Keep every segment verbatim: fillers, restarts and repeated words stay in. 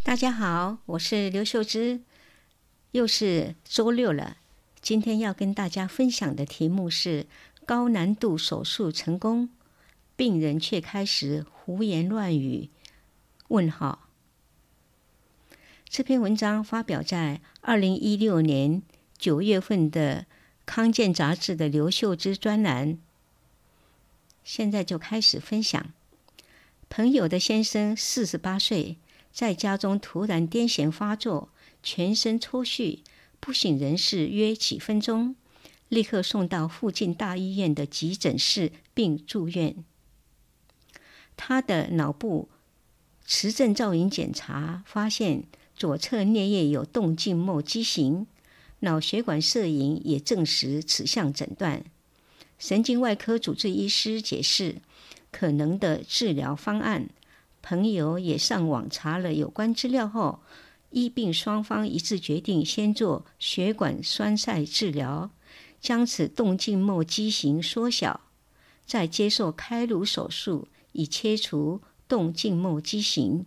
大家好，我是刘秀芝，又是周六了。今天要跟大家分享的题目是高难度手术成功，病人却开始胡言乱语。问号。这篇文章发表在二零一六年九月份的康健杂志的刘秀芝专栏。现在就开始分享。朋友的先生四十八岁，在家中突然癫痫发作，全身抽搐，不省人事约几分钟，立刻送到附近大医院的急诊室并住院。他的脑部磁振造影检查发现左侧颞叶有动静脉畸形，脑血管摄影也证实此项诊断。神经外科主治医师解释可能的治疗方案，朋友也上网查了有关资料后，医病双方一致决定先做血管栓塞治疗，将此动静脉畸形缩小，再接受开颅手术以切除动静脉畸形。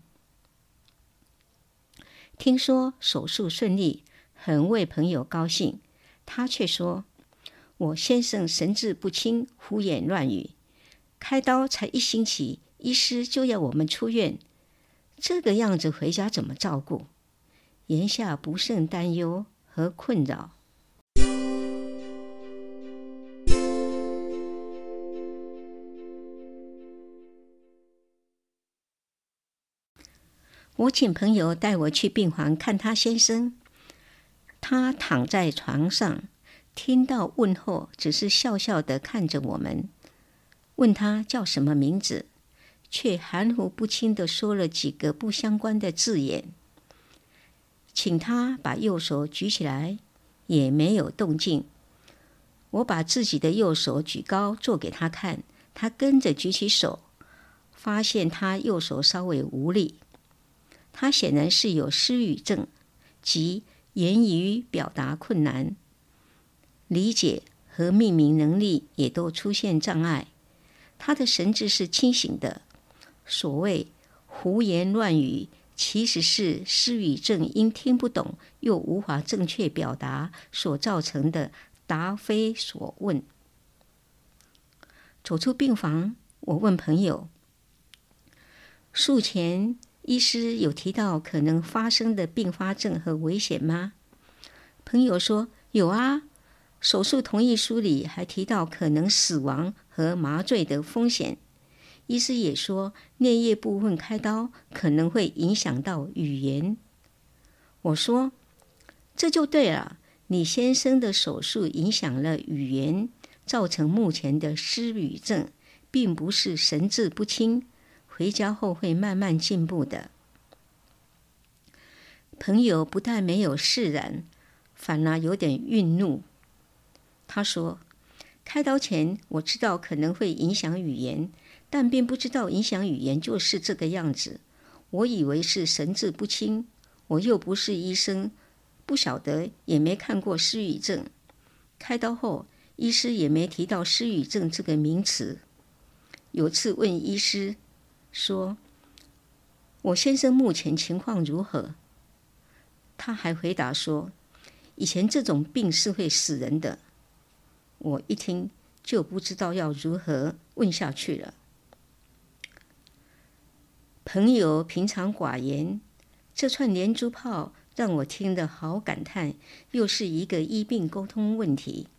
听说手术顺利，很为朋友高兴，他却说：我先生神志不清，胡言乱语，开刀才一星期，医师就要我们出院，这个样子回家怎么照顾？言下不胜担忧和困扰。我请朋友带我去病房看他先生，他躺在床上，听到问候，只是笑笑地看着我们，问他叫什么名字，却含糊不清地说了几个不相关的字眼。请他把右手举起来，也没有动静。我把自己的右手举高做给他看，他跟着举起手，发现他右手稍微无力。他显然是有失语症，即言语表达困难，理解和命名能力也都出现障碍。他的神志是清醒的，所谓胡言乱语，其实是失语症因听不懂又无法正确表达所造成的答非所问。走出病房，我问朋友，术前医师有提到可能发生的并发症和危险吗？朋友说有啊，手术同意书里还提到可能死亡和麻醉的风险。医师也说颞叶部分开刀可能会影响到语言。我说这就对了，你先生的手术影响了语言，造成目前的失语症，并不是神志不清，回家后会慢慢进步的。朋友不但没有释然，反而有点愠怒。他说，开刀前我知道可能会影响语言，但并不知道影响语言就是这个样子。我以为是神志不清，我又不是医生，不晓得，也没看过失语症。开刀后，医师也没提到失语症这个名词。有次问医师说，我先生目前情况如何？他还回答说，以前这种病是会死人的。我一听就不知道要如何问下去了。朋友平常寡言，这串连珠炮让我听得好感叹，又是一个医病沟通问题。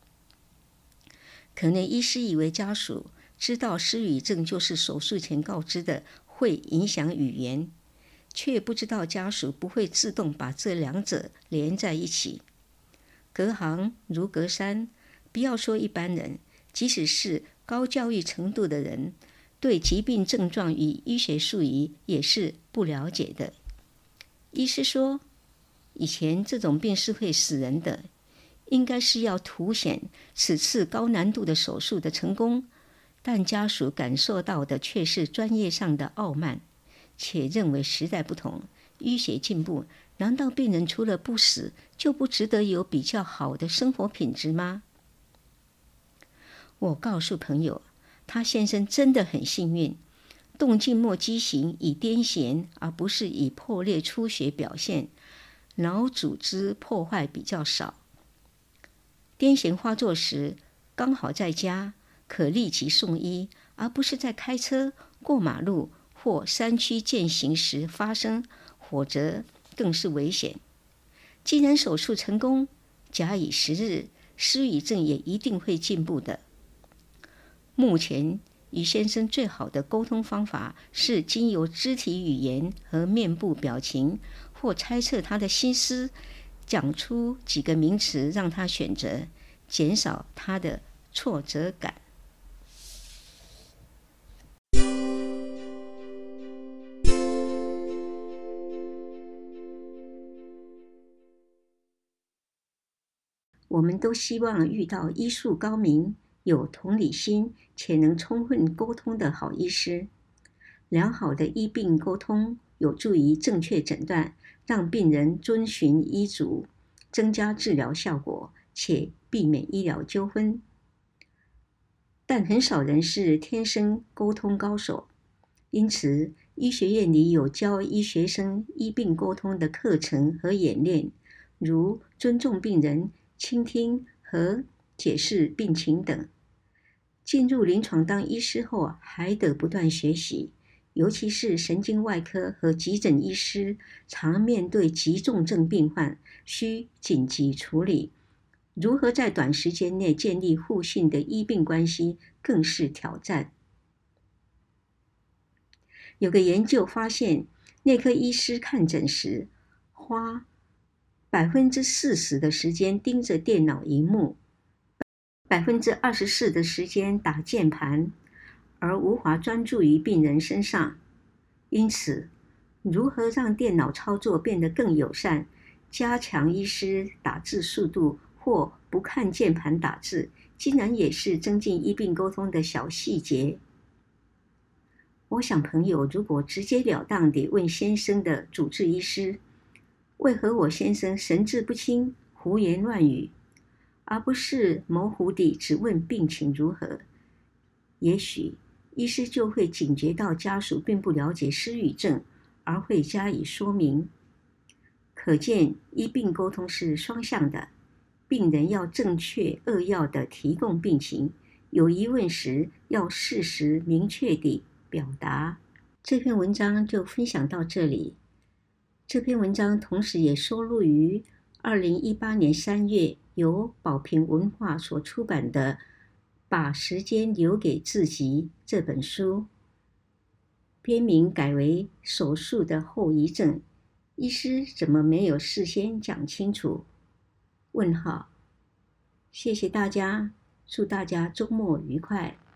可能医师以为家属知道失语症就是手术前告知的会影响语言，却不知道家属不会自动把这两者连在一起。隔行如隔山，不要说一般人，即使是高教育程度的人，对疾病症状与医学术语也是不了解的。医师说，以前这种病是会死人的，应该是要凸显此次高难度的手术的成功，但家属感受到的却是专业上的傲慢，且认为时代不同，医学进步，难道病人除了不死，就不值得有比较好的生活品质吗？我告诉朋友，他先生真的很幸运， 动静脉畸形以癫痫，而不是以破裂出血表现，脑组织破坏比较少。癫痫发作时，刚好在家，可立即送医，而不是在开车、过马路或山区健行时发生，否则更是危险。既然手术成功，假以时日，失语症也一定会进步的。目前与先生最好的沟通方法是经由肢体语言和面部表情，或猜测他的心思，讲出几个名词让他选择，减少他的挫折感。我们都希望遇到医术高明、有同理心且能充分沟通的好医师。良好的医病沟通有助于正确诊断，让病人遵循医嘱，增加治疗效果，且避免医疗纠纷。但很少人是天生沟通高手，因此医学院里有教医学生医病沟通的课程和演练，如尊重病人、倾听和解释病情等。进入临床当医师后，还得不断学习，尤其是神经外科和急诊医师，常面对急重症病患，需紧急处理。如何在短时间内建立互信的医病关系，更是挑战。有个研究发现，内科医师看诊时，花百分之四十的时间盯着电脑荧幕，百分之二十四的时间打键盘，而无法专注于病人身上。因此，如何让电脑操作变得更友善，加强医师打字速度或不看键盘打字，竟然也是增进医病沟通的小细节。我想朋友如果直截了当地问先生的主治医师，为何我先生神志不清、胡言乱语，而不是模糊地只问病情如何，也许医师就会警觉到家属并不了解失语症，而会加以说明。可见医病沟通是双向的，病人要正确扼要地提供病情，有疑问时要适时明确地表达。这篇文章就分享到这里。这篇文章同时也收录于二零一八年三月由宝瓶文化所出版的《把时间留给自己》这本书，编名改为《手术的后遗症》，医师怎么没有事先讲清楚？问号。谢谢大家，祝大家周末愉快。